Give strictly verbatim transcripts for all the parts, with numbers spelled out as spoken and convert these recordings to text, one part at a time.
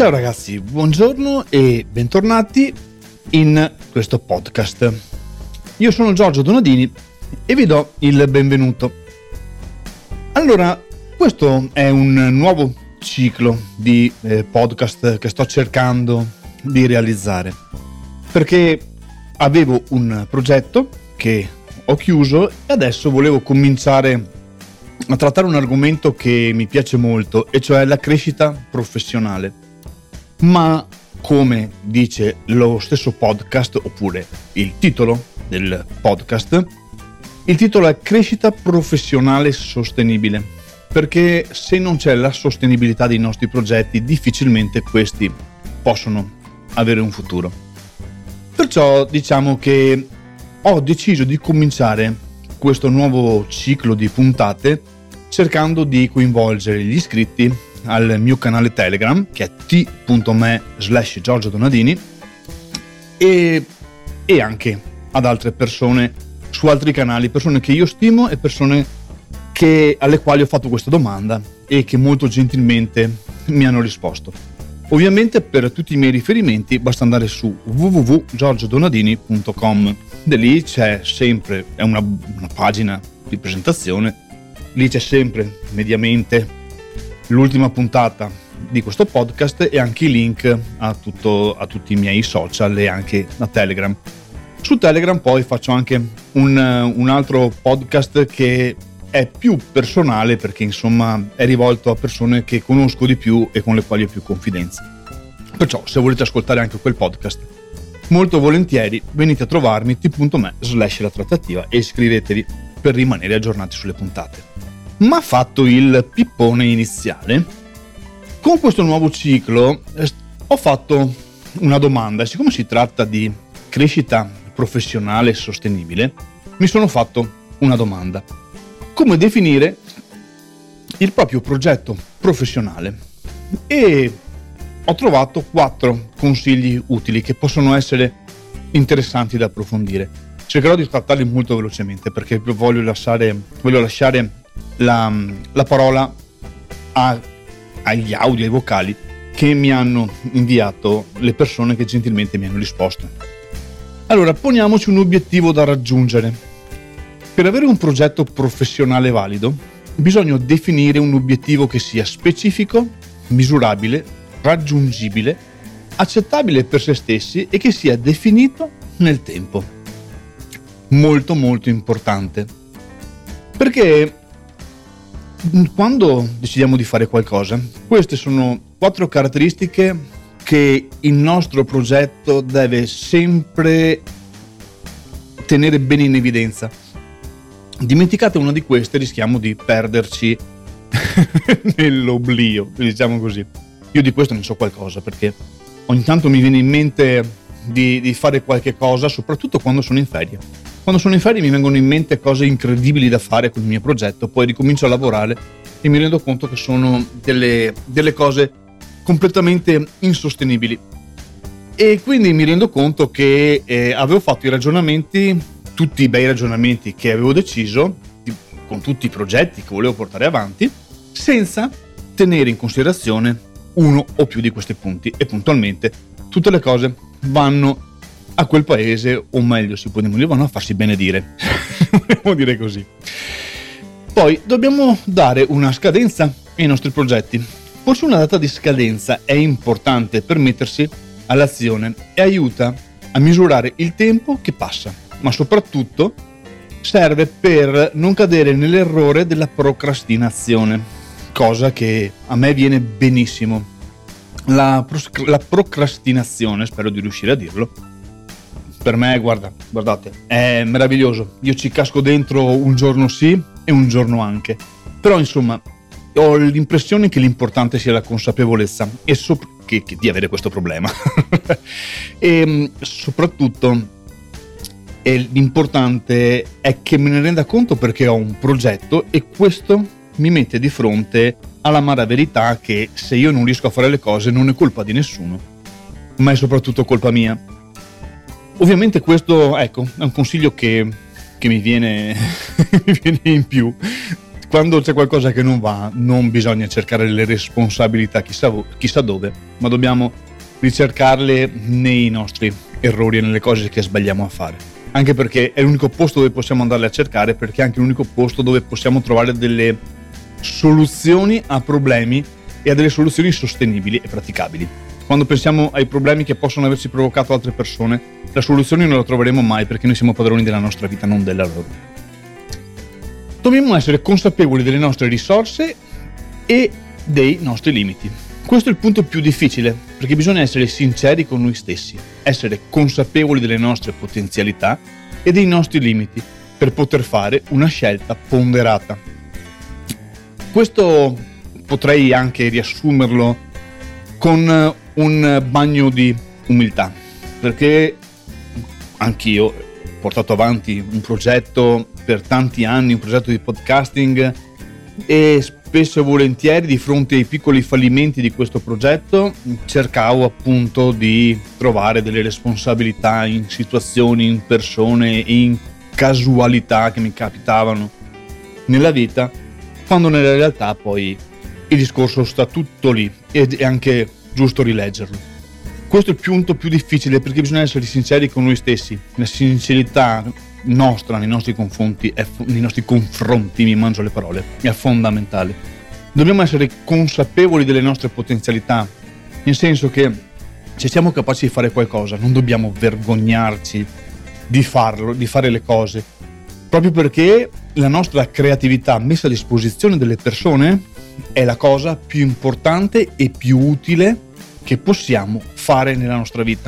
Ciao ragazzi, buongiorno e bentornati in questo podcast. Io sono Giorgio Donadini e vi do il benvenuto. Allora, questo è un nuovo ciclo di eh, podcast che sto cercando di realizzare, perché avevo un progetto che ho chiuso e adesso volevo cominciare a trattare un argomento che mi piace molto, e cioè la crescita professionale. Ma come dice lo stesso podcast, oppure il titolo del podcast, il titolo è Crescita professionale sostenibile, perché se non c'è la sostenibilità dei nostri progetti, difficilmente questi possono avere un futuro. Perciò diciamo che ho deciso di cominciare questo nuovo ciclo di puntate cercando di coinvolgere gli iscritti al mio canale Telegram, che è t.me slash Giorgio Donadini, e, e anche ad altre persone su altri canali, persone che io stimo e persone che, alle quali ho fatto questa domanda e che molto gentilmente mi hanno risposto. Ovviamente per tutti i miei riferimenti basta andare su w w w punto giorgio donadini punto com. Da lì c'è sempre, è una, una pagina di presentazione, lì c'è sempre mediamente l'ultima puntata di questo podcast e anche i link a, tutto, a tutti i miei social e anche a Telegram. Su Telegram poi faccio anche un, un altro podcast che è più personale, perché insomma è rivolto a persone che conosco di più e con le quali ho più confidenza. Perciò se volete ascoltare anche quel podcast, molto volentieri venite a trovarmi t.me slash la trattativa e iscrivetevi per rimanere aggiornati sulle puntate. Ma fatto il pippone iniziale, con questo nuovo ciclo eh, ho fatto una domanda. Siccome si tratta di crescita professionale sostenibile, mi sono fatto una domanda: come definire il proprio progetto professionale? E ho trovato quattro consigli utili che possono essere interessanti da approfondire. Cercherò di trattarli molto velocemente, perché voglio lasciare, voglio lasciare la, la parola a, agli audio, ai vocali che mi hanno inviato le persone che gentilmente mi hanno risposto. Allora, poniamoci un obiettivo da raggiungere. Per avere un progetto professionale valido, bisogna definire un obiettivo che sia specifico, misurabile, raggiungibile, accettabile per se stessi e che sia definito nel tempo. Molto molto importante, perché quando decidiamo di fare qualcosa, queste sono quattro caratteristiche che il nostro progetto deve sempre tenere bene in evidenza. Dimenticate una di queste, rischiamo di perderci nell'oblio, diciamo così. Io di questo ne so qualcosa, perché ogni tanto mi viene in mente di, di fare qualche cosa, soprattutto quando sono in ferie. Quando sono in ferie mi vengono in mente cose incredibili da fare con il mio progetto, poi ricomincio a lavorare e mi rendo conto che sono delle, delle cose completamente insostenibili. E quindi mi rendo conto che eh, avevo fatto i ragionamenti, tutti i bei ragionamenti che avevo deciso, con tutti i progetti che volevo portare avanti, senza tenere in considerazione uno o più di questi punti, e puntualmente tutte le cose vanno a quel paese, o meglio si può dire, vanno a farsi benedire. Vogliamo dire così. Poi dobbiamo dare una scadenza ai nostri progetti. Porsi una data di scadenza è importante per mettersi all'azione e aiuta a misurare il tempo che passa, ma soprattutto serve per non cadere nell'errore della procrastinazione, cosa che a me viene benissimo. La, la procrastinazione, spero di riuscire a dirlo, per me, guarda, guardate, è meraviglioso. Io ci casco dentro un giorno sì e un giorno anche. Però insomma, ho l'impressione che l'importante sia la consapevolezza e sopra- che, che di avere questo problema. E soprattutto e l'importante è che me ne renda conto, perché ho un progetto e questo mi mette di fronte all'amara verità che se io non riesco a fare le cose non è colpa di nessuno, ma è soprattutto colpa mia. Ovviamente questo, ecco, è un consiglio che, che mi viene, mi viene in più quando c'è qualcosa che non va, non bisogna cercare le responsabilità chissà, chissà dove, ma dobbiamo ricercarle nei nostri errori e nelle cose che sbagliamo a fare. Anche perché è l'unico posto dove possiamo andarle a cercare, perché è anche l'unico posto dove possiamo trovare delle soluzioni a problemi e a delle soluzioni sostenibili e praticabili. Quando pensiamo ai problemi che possono averci provocato altre persone, la soluzione non la troveremo mai, perché noi siamo padroni della nostra vita, non della loro. Dobbiamo essere consapevoli delle nostre risorse e dei nostri limiti. Questo è il punto più difficile, perché bisogna essere sinceri con noi stessi, essere consapevoli delle nostre potenzialità e dei nostri limiti per poter fare una scelta ponderata. Questo potrei anche riassumerlo con un bagno di umiltà, perché anch'io ho portato avanti un progetto per tanti anni, un progetto di podcasting, e spesso e volentieri di fronte ai piccoli fallimenti di questo progetto cercavo appunto di trovare delle responsabilità in situazioni, in persone, in casualità che mi capitavano nella vita, quando nella realtà poi il discorso sta tutto lì ed è anche giusto rileggerlo. Questo è il punto più difficile, perché bisogna essere sinceri con noi stessi. La sincerità nostra nei nostri confronti, è, nei nostri confronti, mi mangio le parole, è fondamentale. Dobbiamo essere consapevoli delle nostre potenzialità, nel senso che se siamo capaci di fare qualcosa non dobbiamo vergognarci di farlo, di fare le cose, proprio perché la nostra creatività messa a disposizione delle persone è la cosa più importante e più utile che possiamo fare nella nostra vita.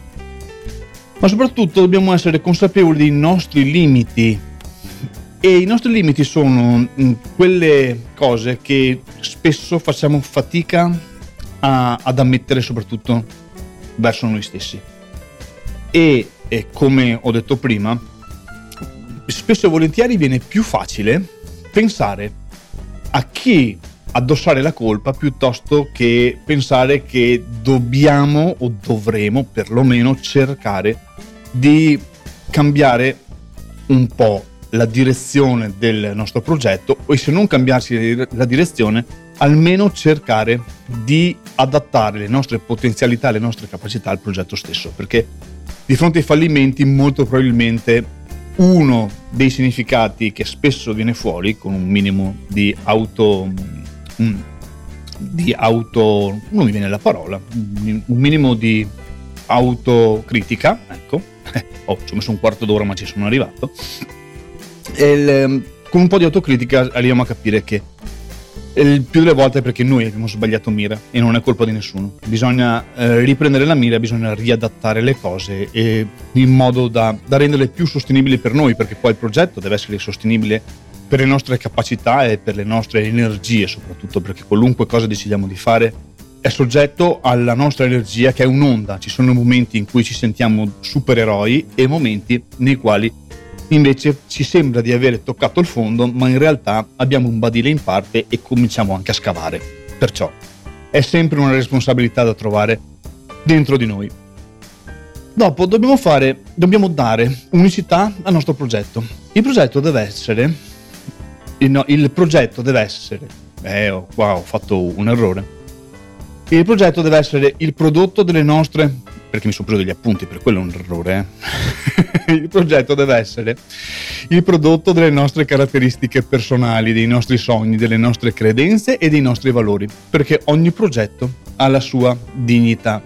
Ma soprattutto dobbiamo essere consapevoli dei nostri limiti, e i nostri limiti sono quelle cose che spesso facciamo fatica a, ad ammettere, soprattutto verso noi stessi. E, e come ho detto prima, spesso e volentieri viene più facile pensare a chi addossare la colpa piuttosto che pensare che dobbiamo o dovremo perlomeno cercare di cambiare un po' la direzione del nostro progetto, o se non cambiarsi la direzione, almeno cercare di adattare le nostre potenzialità, le nostre capacità al progetto stesso, perché di fronte ai fallimenti molto probabilmente uno dei significati che spesso viene fuori, con un minimo di auto di auto non mi viene la parola un minimo di autocritica, ecco, oh, ci ho messo un quarto d'ora ma ci sono arrivato, e il, con un po' di autocritica arriviamo a capire che il più delle volte è perché noi abbiamo sbagliato mira e non è colpa di nessuno. Bisogna eh, riprendere la mira, bisogna riadattare le cose e in modo da, da renderle più sostenibili per noi, perché poi il progetto deve essere sostenibile per le nostre capacità e per le nostre energie, soprattutto perché qualunque cosa decidiamo di fare è soggetto alla nostra energia, che è un'onda. Ci sono momenti in cui ci sentiamo supereroi e momenti nei quali invece ci sembra di avere toccato il fondo, ma in realtà abbiamo un badile in parte e cominciamo anche a scavare. Perciò è sempre una responsabilità da trovare dentro di noi. Dopo dobbiamo fare, dobbiamo dare unicità al nostro progetto. Il progetto deve essere No, il progetto deve essere eh, oh, wow, ho fatto un errore il progetto deve essere il prodotto delle nostre, perché mi sono preso degli appunti, per quello è un errore eh? Il progetto deve essere il prodotto delle nostre caratteristiche personali, dei nostri sogni, delle nostre credenze e dei nostri valori, perché ogni progetto ha la sua dignità.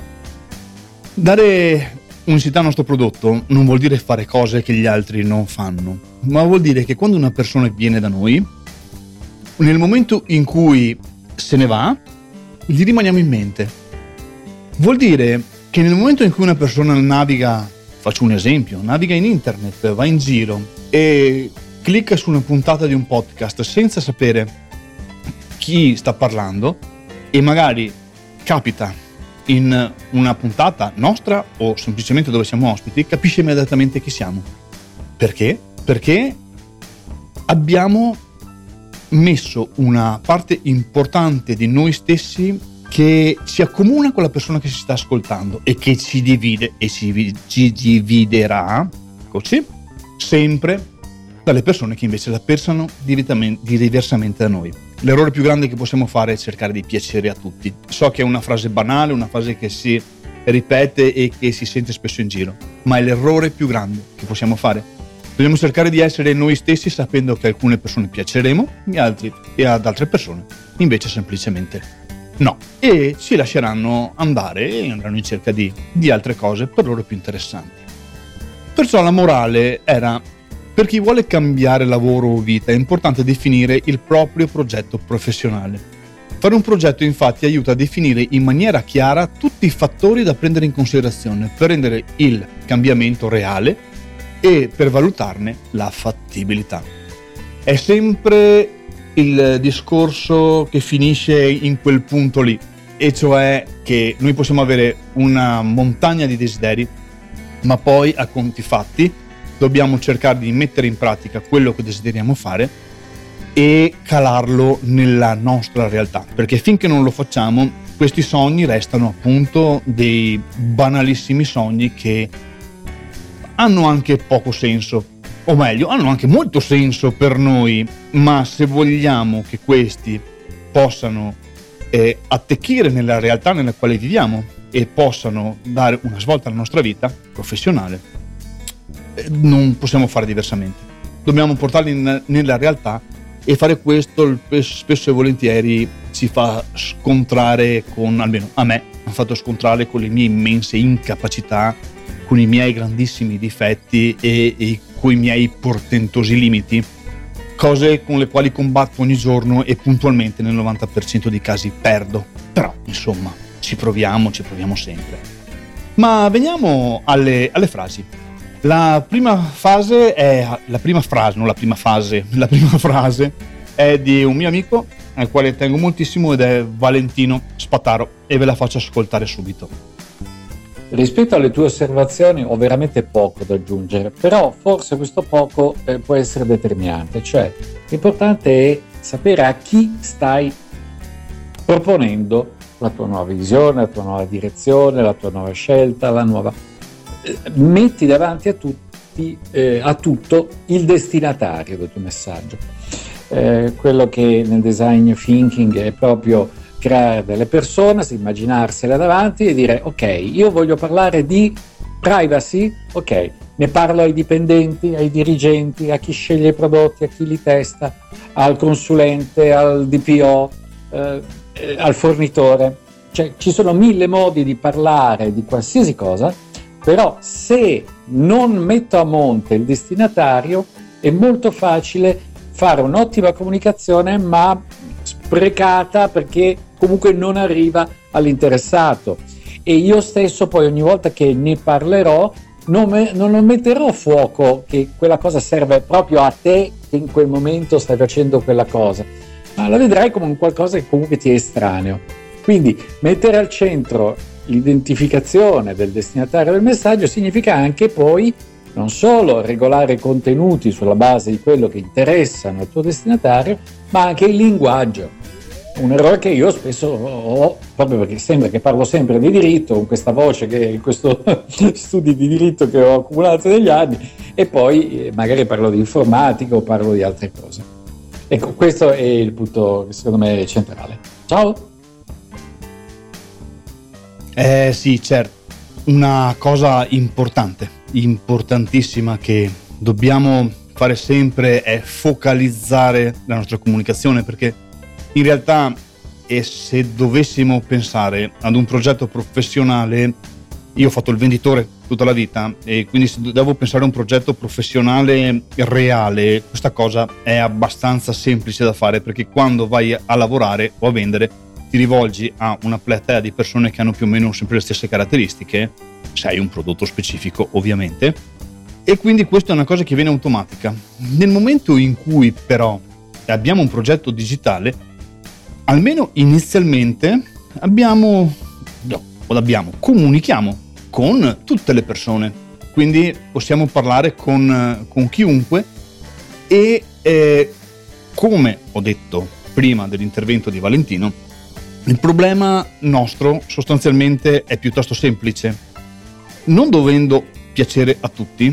Dare unicità al nostro prodotto non vuol dire fare cose che gli altri non fanno, ma vuol dire che quando una persona viene da noi, nel momento in cui se ne va, gli rimaniamo in mente. Vuol dire che nel momento in cui una persona naviga, faccio un esempio, naviga in internet, va in giro e clicca su una puntata di un podcast senza sapere chi sta parlando, e magari capita in una puntata nostra o semplicemente dove siamo ospiti, capisce immediatamente chi siamo. Perché? Perché abbiamo messo una parte importante di noi stessi che ci accomuna con la persona che si sta ascoltando e che ci divide e ci, ci dividerà, eccoci, sempre dalle persone che invece la pensano diversamente da noi. L'errore più grande che possiamo fare è cercare di piacere a tutti. So che è una frase banale, una frase che si ripete e che si sente spesso in giro, ma è l'errore più grande che possiamo fare. Dobbiamo cercare di essere noi stessi, sapendo che a alcune persone piaceremo e, altri, e ad altre persone invece semplicemente no, e ci lasceranno andare e andranno in cerca di, di altre cose per loro più interessanti. Perciò la morale era: per chi vuole cambiare lavoro o vita è importante definire il proprio progetto professionale. Fare un progetto infatti aiuta a definire in maniera chiara tutti i fattori da prendere in considerazione per rendere il cambiamento reale e per valutarne la fattibilità. È sempre il discorso che finisce in quel punto lì, e cioè che noi possiamo avere una montagna di desideri, ma poi a conti fatti dobbiamo cercare di mettere in pratica quello che desideriamo fare e calarlo nella nostra realtà, perché finché non lo facciamo questi sogni restano appunto dei banalissimi sogni che hanno anche poco senso, o meglio hanno anche molto senso per noi, ma se vogliamo che questi possano eh, attecchire nella realtà nella quale viviamo e possano dare una svolta alla nostra vita professionale, eh, non possiamo fare diversamente. Dobbiamo portarli in, nella realtà, e fare questo spesso e volentieri ci fa scontrare con, almeno a me, ha fatto scontrare con le mie immense incapacità, con i miei grandissimi difetti e, e con i miei portentosi limiti, cose con le quali combatto ogni giorno e puntualmente nel novanta per cento dei casi perdo. Però, insomma, ci proviamo, ci proviamo sempre. Ma veniamo alle, alle frasi. La prima fase è la prima frase, non la prima fase, la prima frase è di un mio amico al quale tengo moltissimo ed è Valentino Spataro, e ve la faccio ascoltare subito. Rispetto alle tue osservazioni ho veramente poco da aggiungere, però forse questo poco eh, può essere determinante, cioè l'importante è sapere a chi stai proponendo la tua nuova visione, la tua nuova direzione, la tua nuova scelta, la nuova... Metti davanti a tutti, eh, a tutto, il destinatario del tuo messaggio. Eh, quello che nel design thinking è proprio creare delle persone, immaginarsele davanti e dire: ok, io voglio parlare di privacy, ok, ne parlo ai dipendenti, ai dirigenti, a chi sceglie i prodotti, a chi li testa, al consulente, al D P O, eh, eh, al fornitore. Cioè, ci sono mille modi di parlare di qualsiasi cosa, però se non metto a monte il destinatario è molto facile fare un'ottima comunicazione ma sprecata, perché comunque non arriva all'interessato. E io stesso poi ogni volta che ne parlerò non, me, non lo metterò a fuoco che quella cosa serve proprio a te che in quel momento stai facendo quella cosa, ma la vedrai come un qualcosa che comunque ti è estraneo. Quindi mettere al centro l'identificazione del destinatario del messaggio significa anche poi non solo regolare i contenuti sulla base di quello che interessano al tuo destinatario, ma anche il linguaggio. Un errore che io spesso ho, proprio perché sembra che parlo sempre di diritto, con questa voce, che in questo studi di diritto che ho accumulato negli anni, e poi magari parlo di informatica o parlo di altre cose. Ecco, questo è il punto che secondo me è centrale. Ciao! Eh sì, certo, una cosa importante, importantissima che dobbiamo fare sempre è focalizzare la nostra comunicazione, perché in realtà, e se dovessimo pensare ad un progetto professionale, io ho fatto il venditore tutta la vita e quindi se devo pensare a un progetto professionale reale, questa cosa è abbastanza semplice da fare, perché quando vai a lavorare o a vendere ti rivolgi a una platea di persone che hanno più o meno sempre le stesse caratteristiche, se hai un prodotto specifico ovviamente, e quindi questa è una cosa che viene automatica. Nel momento in cui però abbiamo un progetto digitale, almeno inizialmente abbiamo, no, o abbiamo, comunichiamo con tutte le persone, quindi possiamo parlare con, con chiunque e eh, come ho detto prima dell'intervento di Valentino, il problema nostro sostanzialmente è piuttosto semplice. Non dovendo piacere a tutti,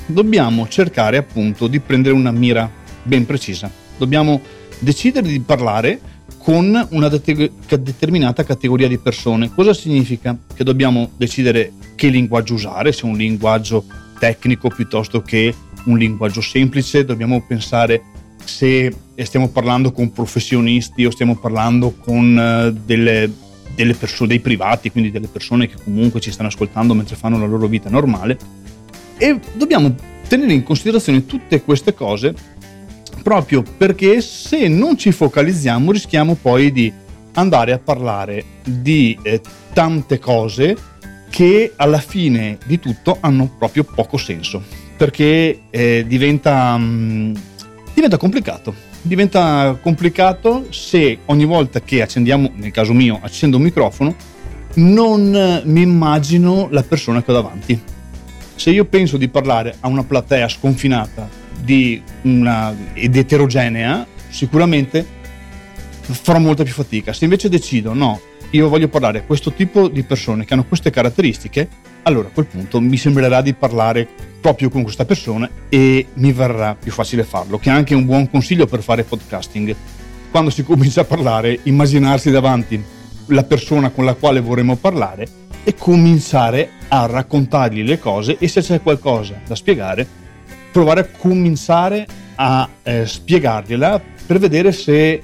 dobbiamo cercare appunto di prendere una mira ben precisa. Dobbiamo decidere di parlare con una det- determinata categoria di persone. Cosa significa? Che dobbiamo decidere che linguaggio usare, se un linguaggio tecnico piuttosto che un linguaggio semplice. Dobbiamo pensare se stiamo parlando con professionisti o stiamo parlando con delle, delle persone, dei privati, quindi delle persone che comunque ci stanno ascoltando mentre fanno la loro vita normale, e dobbiamo tenere in considerazione tutte queste cose, proprio perché se non ci focalizziamo rischiamo poi di andare a parlare di eh, tante cose che alla fine di tutto hanno proprio poco senso, perché eh, diventa mh, diventa complicato. Diventa complicato se ogni volta che accendiamo, nel caso mio, accendo un microfono, non mi immagino la persona che ho davanti. Se io penso di parlare a una platea sconfinata di una, ed eterogenea, sicuramente farò molta più fatica. Se invece decido, no, io voglio parlare a questo tipo di persone che hanno queste caratteristiche, allora a quel punto mi sembrerà di parlare proprio con questa persona e mi verrà più facile farlo, che è anche un buon consiglio per fare podcasting. Quando si comincia a parlare, immaginarsi davanti la persona con la quale vorremmo parlare e cominciare a raccontargli le cose, e se c'è qualcosa da spiegare, provare a cominciare a eh, spiegargliela per vedere se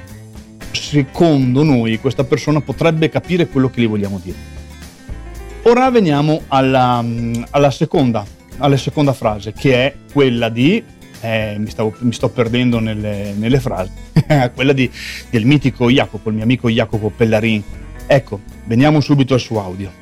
secondo noi questa persona potrebbe capire quello che gli vogliamo dire. Ora veniamo alla, alla seconda alla seconda frase, che è quella di eh, mi, stavo, mi sto perdendo nelle, nelle frasi quella di, del mitico Jacopo, il mio amico Jacopo Pellarin. Ecco, veniamo subito al suo audio.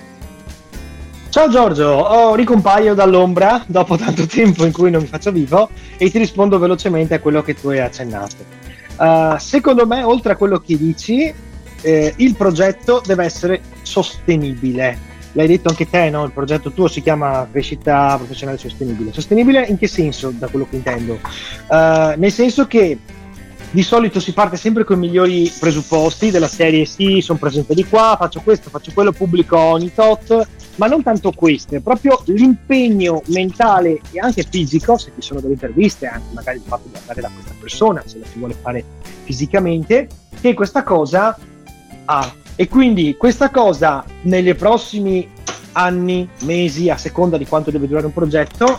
Ciao Giorgio, oh, ricompaio dall'ombra dopo tanto tempo in cui non mi faccio vivo e ti rispondo velocemente a quello che tu hai accennato. Uh, secondo me, oltre a quello che dici, eh, il progetto deve essere sostenibile. L'hai detto anche te, no? Il progetto tuo si chiama Crescita Professionale Sostenibile. Sostenibile in che senso, da quello che intendo? Uh, nel senso che di solito si parte sempre con i migliori presupposti della serie: sì, sono presente di qua, faccio questo, faccio quello, pubblico ogni tot, ma non tanto questo, è proprio l'impegno mentale e anche fisico, se ci sono delle interviste, anche magari il fatto di andare da questa persona, se la si vuole fare fisicamente, che questa cosa ha. E quindi questa cosa negli prossimi anni, mesi, a seconda di quanto deve durare un progetto,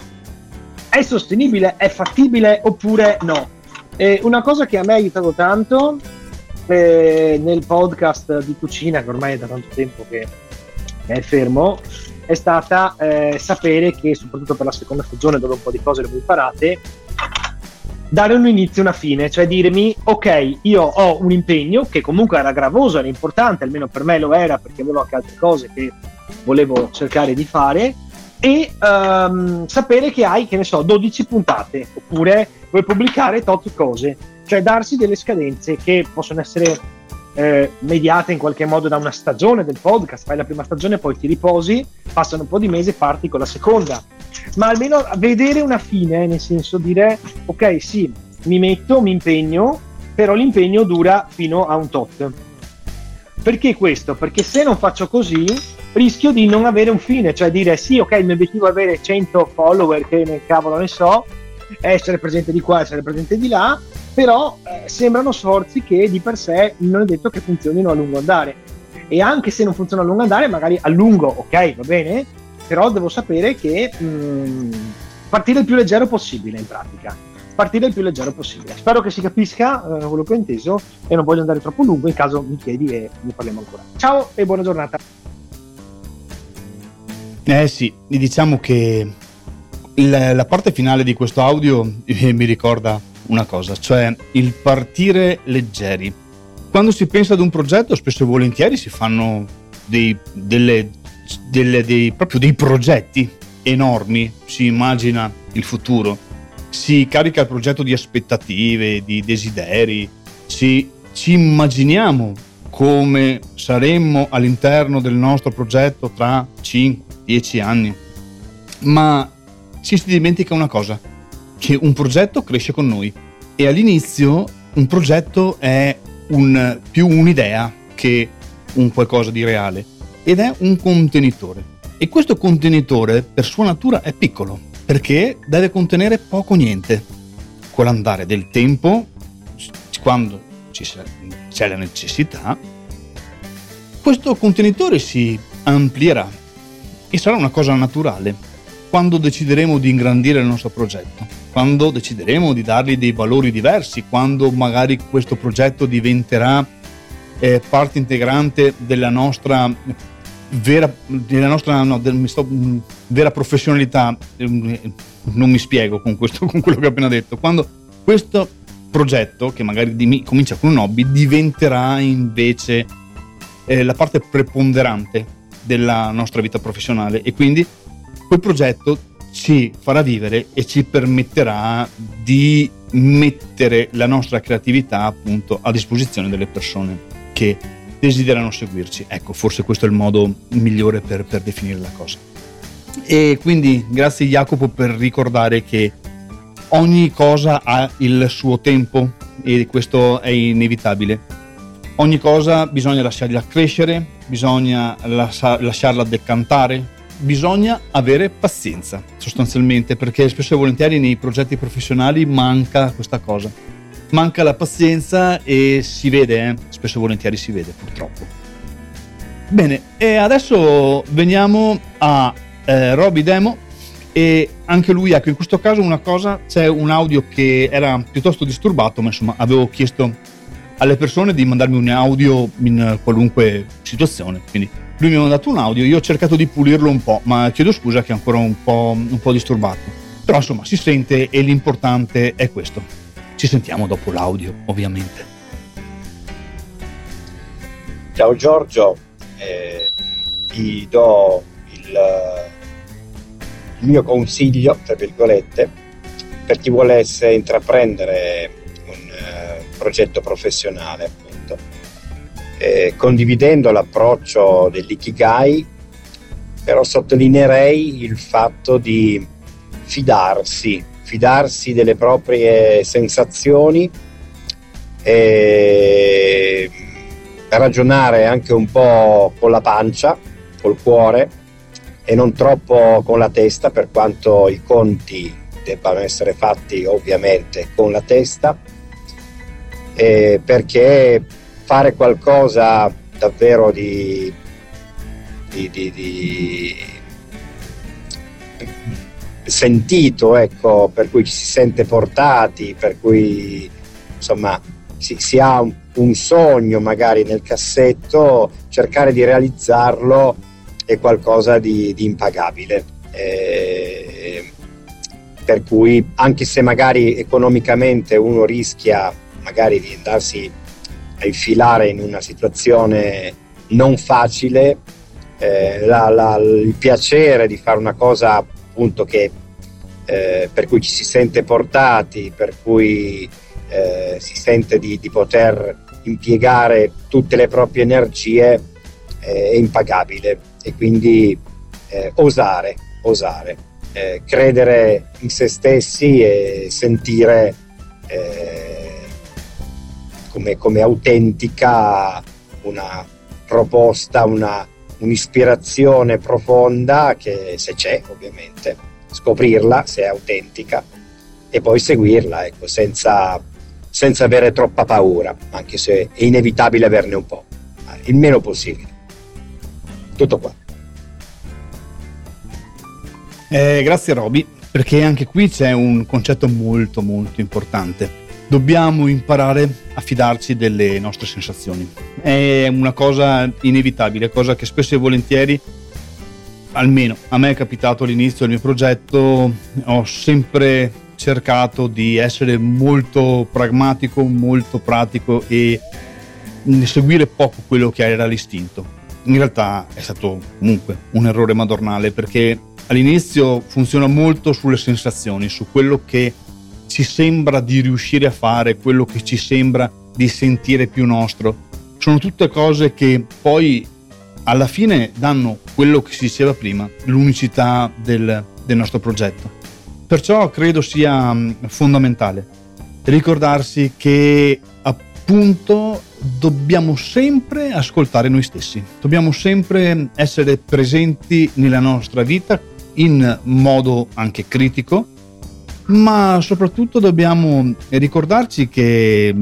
è sostenibile, è fattibile oppure no? E una cosa che a me ha aiutato tanto eh, nel podcast di cucina, che ormai è da tanto tempo che è fermo, è stata eh, sapere che, soprattutto per la seconda stagione, dove un po' di cose le ho imparate, dare un inizio e una fine, cioè dirmi: ok, io ho un impegno che comunque era gravoso, era importante, almeno per me lo era, perché avevo anche altre cose che volevo cercare di fare, e um, sapere che hai, che ne so, dodici puntate, oppure vuoi pubblicare tot cose, cioè darsi delle scadenze che possono essere eh, mediate in qualche modo da una stagione del podcast. Fai la prima stagione, poi ti riposi, passano un po' di mesi e parti con la seconda, ma almeno vedere una fine, nel senso dire: ok, sì, mi metto, mi impegno, però l'impegno dura fino a un tot. Perché questo? Perché se non faccio così rischio di non avere un fine, cioè dire: sì, ok, il mio obiettivo è avere cento follower, che nel cavolo ne so, essere presente di qua, essere presente di là, però eh, sembrano sforzi che di per sé non è detto che funzionino a lungo andare. E anche se non funziona a lungo andare, magari a lungo, ok, va bene, però devo sapere che mh, partire il più leggero possibile, in pratica. Partire il più leggero possibile. Spero che si capisca eh, quello che ho inteso, e non voglio andare troppo lungo, in caso mi chiedi e ne parliamo ancora. Ciao e buona giornata. Eh sì, diciamo che il, la parte finale di questo audio eh, mi ricorda una cosa, cioè il partire leggeri. Quando si pensa ad un progetto, spesso e volentieri si fanno dei, delle, delle, dei, proprio dei progetti enormi, si immagina il futuro, si carica il progetto di aspettative, di desideri, ci, ci immaginiamo come saremmo all'interno del nostro progetto tra cinque dieci anni, ma ci si dimentica una cosa, che un progetto cresce con noi, e all'inizio un progetto è un, più un'idea che un qualcosa di reale, ed è un contenitore, e questo contenitore per sua natura è piccolo, perché deve contenere poco o niente. Con l'andare del tempo, quando ci c'è la necessità, questo contenitore si amplierà e sarà una cosa naturale quando decideremo di ingrandire il nostro progetto, quando decideremo di dargli dei valori diversi, quando magari questo progetto diventerà eh, parte integrante della nostra vera, della nostra no, del, mi sto, vera professionalità. Non mi spiego con questo, con quello che ho appena detto. Quando questo progetto, che magari di, comincia con un hobby, diventerà invece eh, la parte preponderante della nostra vita professionale, e quindi quel progetto ci farà vivere e ci permetterà di mettere la nostra creatività appunto a disposizione delle persone che desiderano seguirci. Ecco, forse questo è il modo migliore per, per definire la cosa. E quindi grazie Jacopo per ricordare che ogni cosa ha il suo tempo e questo è inevitabile. Ogni cosa bisogna lasciarla crescere, bisogna lascia, lasciarla decantare, bisogna avere pazienza sostanzialmente, perché spesso e volentieri nei progetti professionali manca questa cosa. Manca la pazienza e si vede, eh? spesso e volentieri si vede purtroppo. Bene, e adesso veniamo a eh, Roby Demo, e anche lui, ecco, in questo caso una cosa, c'è un audio che era piuttosto disturbato, ma insomma avevo chiesto alle persone di mandarmi un audio in qualunque situazione, quindi lui mi ha mandato un audio, io ho cercato di pulirlo un po', ma chiedo scusa che è ancora un po', un po' disturbato, però insomma si sente e l'importante è questo. Ci sentiamo dopo l'audio, ovviamente. Ciao Giorgio, eh, ti do il, il mio consiglio, tra virgolette, per chi volesse intraprendere un uh, progetto professionale, appunto, eh, condividendo l'approccio dell'ikigai, però sottolineerei il fatto di fidarsi, fidarsi delle proprie sensazioni e ragionare anche un po' con la pancia, col cuore e non troppo con la testa, per quanto i conti debbano essere fatti ovviamente con la testa, eh, perché fare qualcosa davvero di, di, di, di sentito, ecco, per cui ci si sente portati, per cui insomma si, si ha un, un sogno magari nel cassetto, cercare di realizzarlo è qualcosa di, di impagabile, eh, per cui anche se magari economicamente uno rischia magari di andarsi a infilare in una situazione non facile, eh, la, la, il piacere di fare una cosa appunto che eh, per cui ci si sente portati, per cui eh, si sente di, di poter impiegare tutte le proprie energie, eh, è impagabile, e quindi eh, osare, osare, eh, credere in se stessi e sentire eh, come, come autentica una proposta, una un'ispirazione profonda, che se c'è ovviamente, scoprirla se è autentica e poi seguirla, ecco, senza, senza avere troppa paura, anche se è inevitabile averne un po', il meno possibile. Tutto qua. Eh, grazie Roby, perché anche qui c'è un concetto molto molto importante. Dobbiamo imparare a fidarci delle nostre sensazioni. È una cosa inevitabile, cosa che spesso e volentieri, almeno a me è capitato all'inizio del mio progetto, ho sempre cercato di essere molto pragmatico, molto pratico e seguire poco quello che era l'istinto. In realtà è stato comunque un errore madornale, perché all'inizio funziona molto sulle sensazioni, su quello che ci sembra di riuscire a fare, quello che ci sembra di sentire più nostro. Sono tutte cose che poi alla fine danno quello che si diceva prima, l'unicità del, del nostro progetto. Perciò credo sia fondamentale ricordarsi che appunto dobbiamo sempre ascoltare noi stessi, dobbiamo sempre essere presenti nella nostra vita in modo anche critico, ma soprattutto dobbiamo ricordarci che,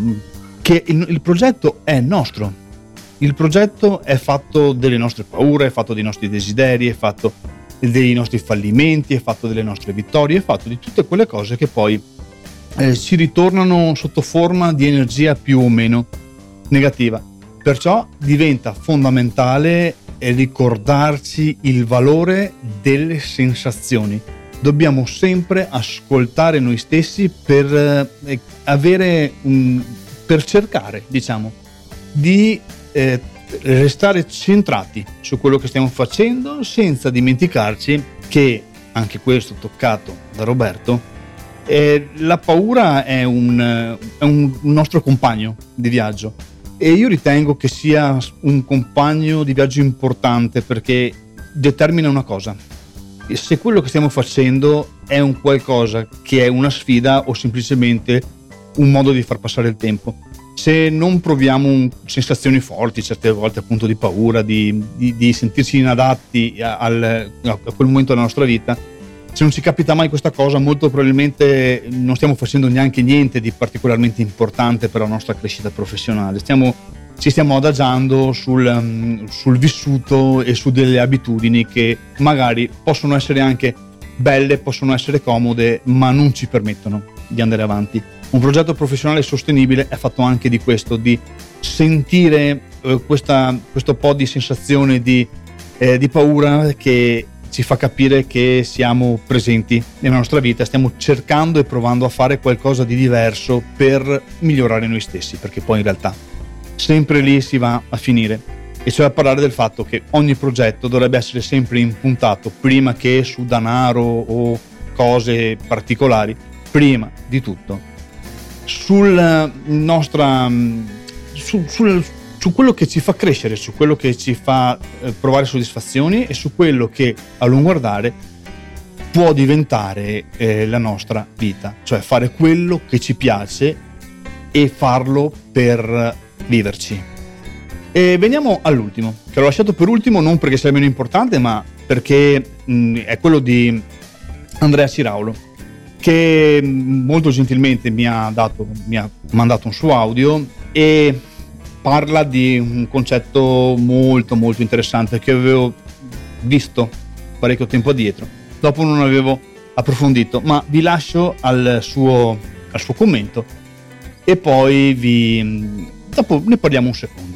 che il, il progetto è nostro. Il progetto è fatto delle nostre paure, è fatto dei nostri desideri, è fatto dei nostri fallimenti, è fatto delle nostre vittorie, è fatto di tutte quelle cose che poi eh, ci ritornano sotto forma di energia più o meno negativa. Perciò diventa fondamentale ricordarci il valore delle sensazioni. Dobbiamo sempre ascoltare noi stessi per eh, avere un, per cercare, diciamo, di eh, restare centrati su quello che stiamo facendo, senza dimenticarci che, anche questo toccato da Roberto, eh, la paura è un, è un nostro compagno di viaggio, e io ritengo che sia un compagno di viaggio importante, perché determina una cosa: se quello che stiamo facendo è un qualcosa che è una sfida o semplicemente un modo di far passare il tempo. Se non proviamo un, sensazioni forti, certe volte appunto di paura, di, di, di sentirci inadatti al, a quel momento della nostra vita, se non ci capita mai questa cosa, molto probabilmente non stiamo facendo neanche niente di particolarmente importante per la nostra crescita professionale. Stiamo, ci stiamo adagiando sul, um, sul vissuto e su delle abitudini che magari possono essere anche belle, possono essere comode, ma non ci permettono di andare avanti. Un progetto professionale sostenibile è fatto anche di questo, di sentire eh, questa, questo po' di sensazione di, eh, di paura che ci fa capire che siamo presenti nella nostra vita, stiamo cercando e provando a fare qualcosa di diverso per migliorare noi stessi, perché poi in realtà sempre lì si va a finire, e cioè a parlare del fatto che ogni progetto dovrebbe essere sempre impuntato, prima che su denaro o cose particolari, prima di tutto sul nostra su, sul, su quello che ci fa crescere, su quello che ci fa eh, provare soddisfazioni, e su quello che a lungo andare può diventare eh, la nostra vita, cioè fare quello che ci piace e farlo per viverci. E veniamo all'ultimo, che l'ho lasciato per ultimo non perché sia meno importante, ma perché mh, è quello di Andrea Ciraulo, che molto gentilmente mi ha dato, mi ha mandato un suo audio e parla di un concetto molto molto interessante che avevo visto parecchio tempo addietro, dopo non avevo approfondito, ma vi lascio al suo, al suo commento e poi vi dopo ne parliamo un secondo.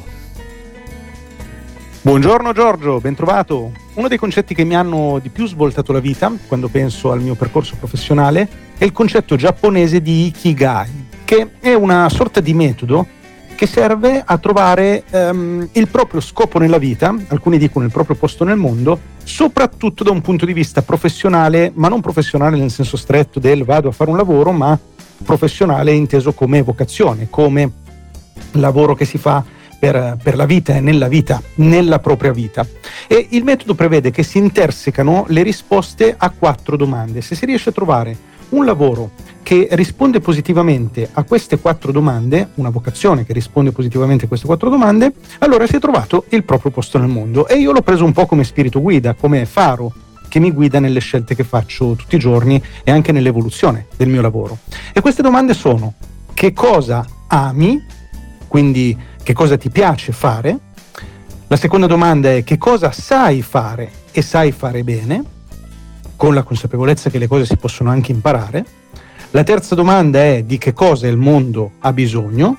Buongiorno Giorgio, ben trovato. Uno dei concetti che mi hanno di più svoltato la vita, quando penso al mio percorso professionale, è il concetto giapponese di Ikigai, che è una sorta di metodo che serve a trovare um, il proprio scopo nella vita, alcuni dicono il proprio posto nel mondo, soprattutto da un punto di vista professionale, ma non professionale nel senso stretto del vado a fare un lavoro, ma professionale inteso come vocazione, come lavoro che si fa Per, per la vita e nella vita, nella propria vita. E il metodo prevede che si intersecano le risposte a quattro domande. Se si riesce a trovare un lavoro che risponde positivamente a queste quattro domande, una vocazione che risponde positivamente a queste quattro domande, allora si è trovato il proprio posto nel mondo. E io l'ho preso un po' come spirito guida, come faro che mi guida nelle scelte che faccio tutti i giorni e anche nell'evoluzione del mio lavoro. E queste domande sono: che cosa ami? Quindi che cosa ti piace fare? La seconda domanda è: che cosa sai fare e sai fare bene, con la consapevolezza che le cose si possono anche imparare. La terza domanda è: di che cosa il mondo ha bisogno?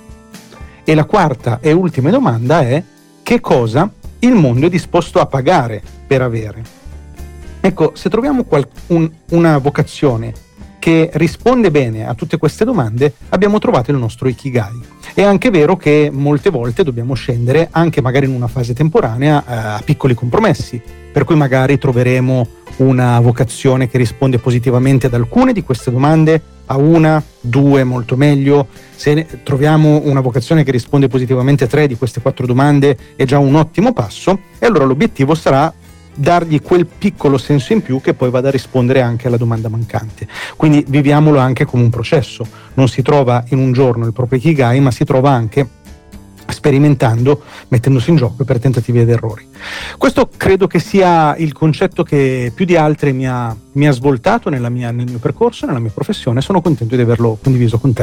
E la quarta e ultima domanda è: che cosa il mondo è disposto a pagare per avere? Ecco, se troviamo qual- un, una vocazione che risponde bene a tutte queste domande, abbiamo trovato il nostro Ikigai. È anche vero che molte volte dobbiamo scendere, anche magari in una fase temporanea, a piccoli compromessi, per cui magari troveremo una vocazione che risponde positivamente ad alcune di queste domande, a una, due molto meglio. Se troviamo una vocazione che risponde positivamente a tre di queste quattro domande, è già un ottimo passo, e allora l'obiettivo sarà dargli quel piccolo senso in più che poi vada a rispondere anche alla domanda mancante. Quindi viviamolo anche come un processo, non si trova in un giorno il proprio Ikigai, ma si trova anche sperimentando, mettendosi in gioco per tentativi ed errori. Questo credo che sia il concetto che più di altri mi ha, mi ha svoltato nella mia, nel mio percorso, nella mia professione. Sono contento di averlo condiviso con te.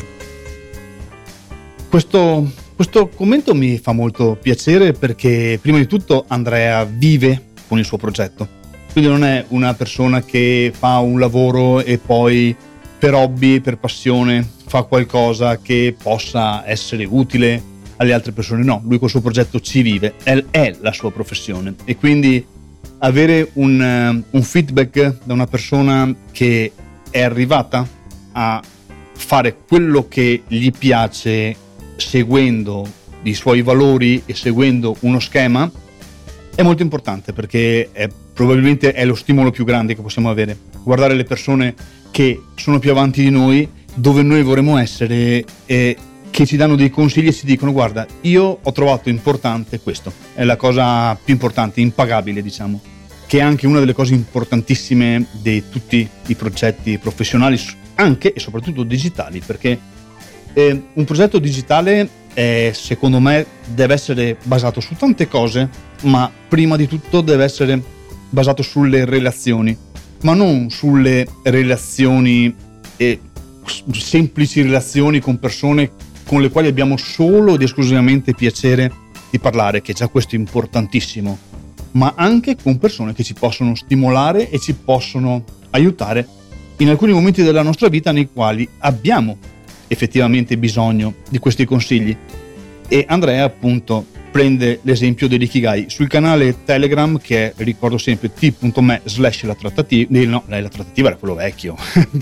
Questo, questo commento mi fa molto piacere perché prima di tutto Andrea vive con il suo progetto, quindi non è una persona che fa un lavoro e poi per hobby, per passione fa qualcosa che possa essere utile alle altre persone. No, lui col suo progetto ci vive, è, è la sua professione, e quindi avere un, un feedback da una persona che è arrivata a fare quello che gli piace seguendo i suoi valori e seguendo uno schema è molto importante, perché è, probabilmente è lo stimolo più grande che possiamo avere, guardare le persone che sono più avanti di noi, dove noi vorremmo essere, e che ci danno dei consigli e ci dicono: guarda, io ho trovato importante questo, è la cosa più importante, impagabile, diciamo, che è anche una delle cose importantissime di tutti i progetti professionali, anche e soprattutto digitali, perché eh, un progetto digitale eh, secondo me deve essere basato su tante cose, ma prima di tutto deve essere basato sulle relazioni, ma non sulle relazioni eh, semplici relazioni con persone con le quali abbiamo solo ed esclusivamente piacere di parlare, che già questo è importantissimo, ma anche con persone che ci possono stimolare e ci possono aiutare in alcuni momenti della nostra vita nei quali abbiamo effettivamente bisogno di questi consigli. E Andrea appunto prende l'esempio dell'Ikigai sul canale Telegram, che è, ricordo sempre, t.me slash la trattativa, no, la trattativa era quello vecchio,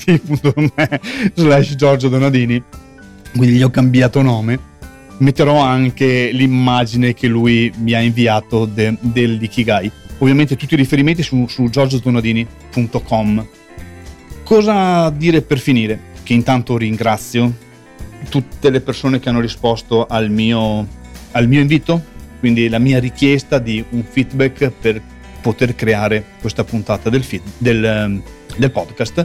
t.me slash Giorgio Donadini, quindi gli ho cambiato nome. Metterò anche l'immagine che lui mi ha inviato de, dell'Ikigai, ovviamente tutti i riferimenti su, su giorgio donadini punto com. Cosa dire per finire? Che intanto ringrazio tutte le persone che hanno risposto al mio, al mio invito, quindi la mia richiesta di un feedback per poter creare questa puntata del, feed, del, del podcast.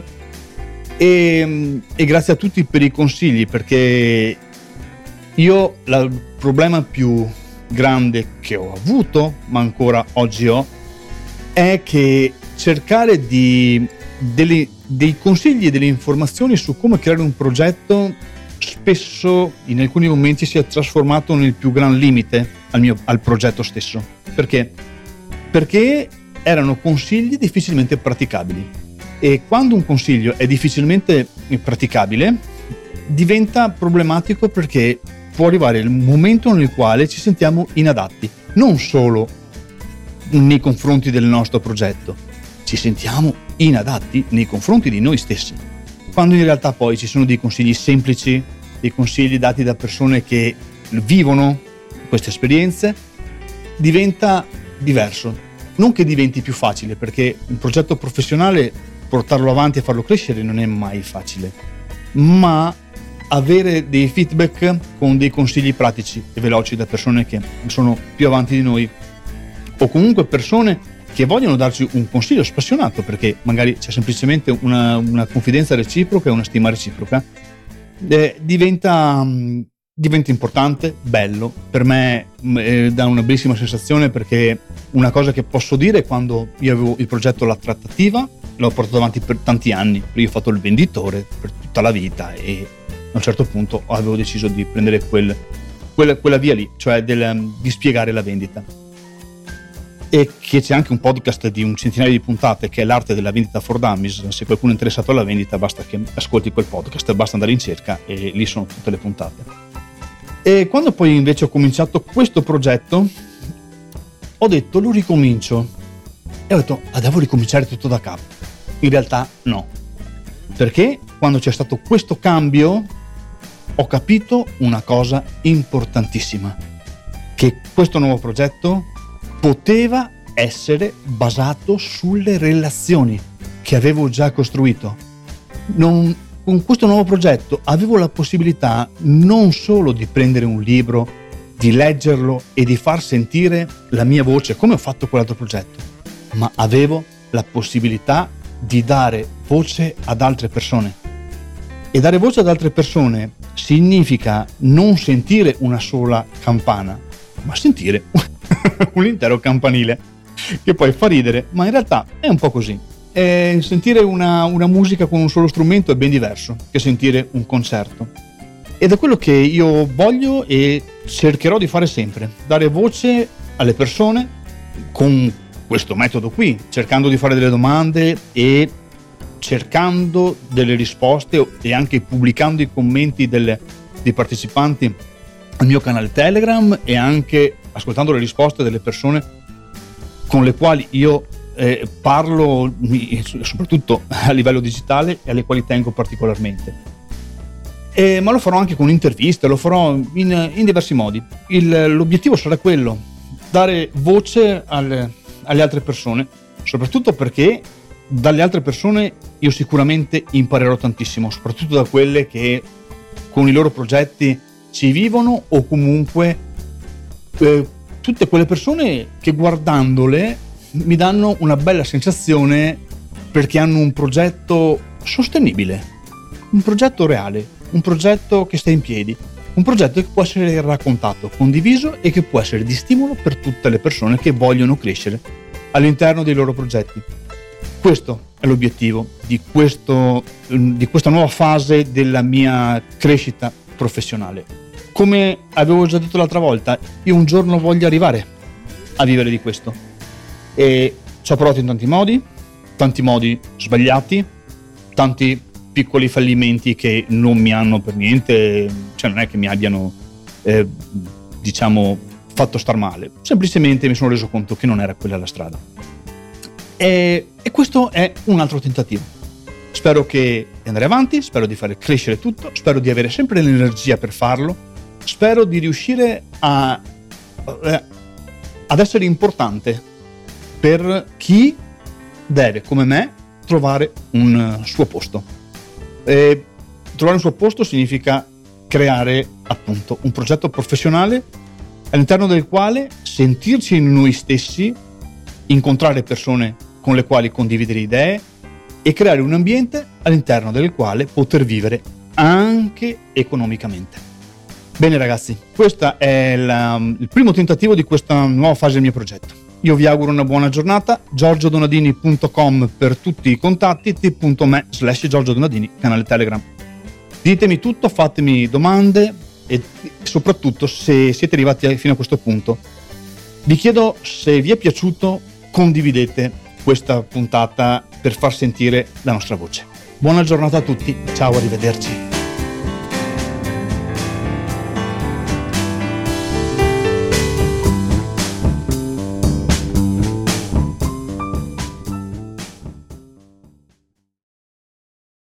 E, e grazie a tutti per i consigli, perché io la, il problema più grande che ho avuto, ma ancora oggi ho, è che cercare di, delle, dei consigli e delle informazioni su come creare un progetto spesso in alcuni momenti si è trasformato nel più gran limite al, mio, al progetto stesso. Perché? Perché erano consigli difficilmente praticabili. E quando un consiglio è difficilmente praticabile diventa problematico, perché può arrivare il momento nel quale ci sentiamo inadatti, non solo nei confronti del nostro progetto, ci sentiamo inadatti nei confronti di noi stessi, quando in realtà poi ci sono dei consigli semplici, dei consigli dati da persone che vivono queste esperienze, diventa diverso. Non che diventi più facile, perché un progetto professionale, portarlo avanti e farlo crescere non è mai facile, ma avere dei feedback con dei consigli pratici e veloci da persone che sono più avanti di noi, o comunque persone che vogliono darci un consiglio spassionato, perché magari c'è semplicemente una, una confidenza reciproca e una stima reciproca, eh, diventa, diventa importante, bello. Per me eh, dà una bellissima sensazione, perché una cosa che posso dire è quando io avevo il progetto La Trattativa, l'ho portato avanti per tanti anni, io ho fatto il venditore per tutta la vita e a un certo punto avevo deciso di prendere quel, quella, quella via lì, cioè del, di spiegare la vendita. E che c'è anche un podcast di un centinaio di puntate che è l'arte della vendita for dummies. Se qualcuno è interessato alla vendita basta che ascolti quel podcast, basta andare in cerca e lì sono tutte le puntate. E quando poi invece ho cominciato questo progetto ho detto lo ricomincio, e ho detto ah, devo ricominciare tutto da capo. In realtà no, perché quando c'è stato questo cambio ho capito una cosa importantissima, che questo nuovo progetto poteva essere basato sulle relazioni che avevo già costruito. Non, con questo nuovo progetto avevo la possibilità non solo di prendere un libro, di leggerlo e di far sentire la mia voce come ho fatto con l'altro progetto, ma avevo la possibilità di dare voce ad altre persone. E dare voce ad altre persone significa non sentire una sola campana, ma sentire un intero campanile, che poi fa ridere, ma in realtà è un po' così. E sentire una, una musica con un solo strumento è ben diverso che sentire un concerto. Ed è quello che io voglio e cercherò di fare sempre, dare voce alle persone con questo metodo qui, cercando di fare delle domande e cercando delle risposte e anche pubblicando i commenti delle, dei partecipanti al mio canale Telegram e anche ascoltando le risposte delle persone con le quali io eh, parlo, soprattutto a livello digitale, e alle quali tengo particolarmente. Eh, ma lo farò anche con interviste, lo farò in, in diversi modi. Il, l'obiettivo sarà quello, dare voce alle, alle altre persone, soprattutto perché dalle altre persone io sicuramente imparerò tantissimo, soprattutto da quelle che con i loro progetti ci vivono, o comunque eh, tutte quelle persone che guardandole mi danno una bella sensazione perché hanno un progetto sostenibile, un progetto reale, un progetto che sta in piedi, un progetto che può essere raccontato, condiviso e che può essere di stimolo per tutte le persone che vogliono crescere all'interno dei loro progetti. Questo è l'obiettivo di, questo, di questa nuova fase della mia crescita professionale. Come avevo già detto l'altra volta, io un giorno voglio arrivare a vivere di questo e ci ho provato in tanti modi, tanti modi sbagliati, tanti piccoli fallimenti che non mi hanno per niente, cioè non è che mi abbiano eh, diciamo fatto star male, semplicemente mi sono reso conto che non era quella la strada e, e questo è un altro tentativo. Spero che di andare avanti, spero di fare crescere tutto, spero di avere sempre l'energia per farlo, spero di riuscire a, eh, ad essere importante per chi deve, come me, trovare un suo posto. E trovare un suo posto significa creare appunto un progetto professionale all'interno del quale sentirci in noi stessi, incontrare persone con le quali condividere idee e creare un ambiente all'interno del quale poter vivere anche economicamente. Bene ragazzi, questo è la, il primo tentativo di questa nuova fase del mio progetto. Io vi auguro una buona giornata. giorgio donadini punto com per tutti i contatti, t.me slash Giorgio Donadini, canale Telegram. Ditemi tutto, fatemi domande e soprattutto se siete arrivati fino a questo punto. Vi chiedo, se vi è piaciuto, condividete questa puntata per far sentire la nostra voce. Buona giornata a tutti, ciao, arrivederci.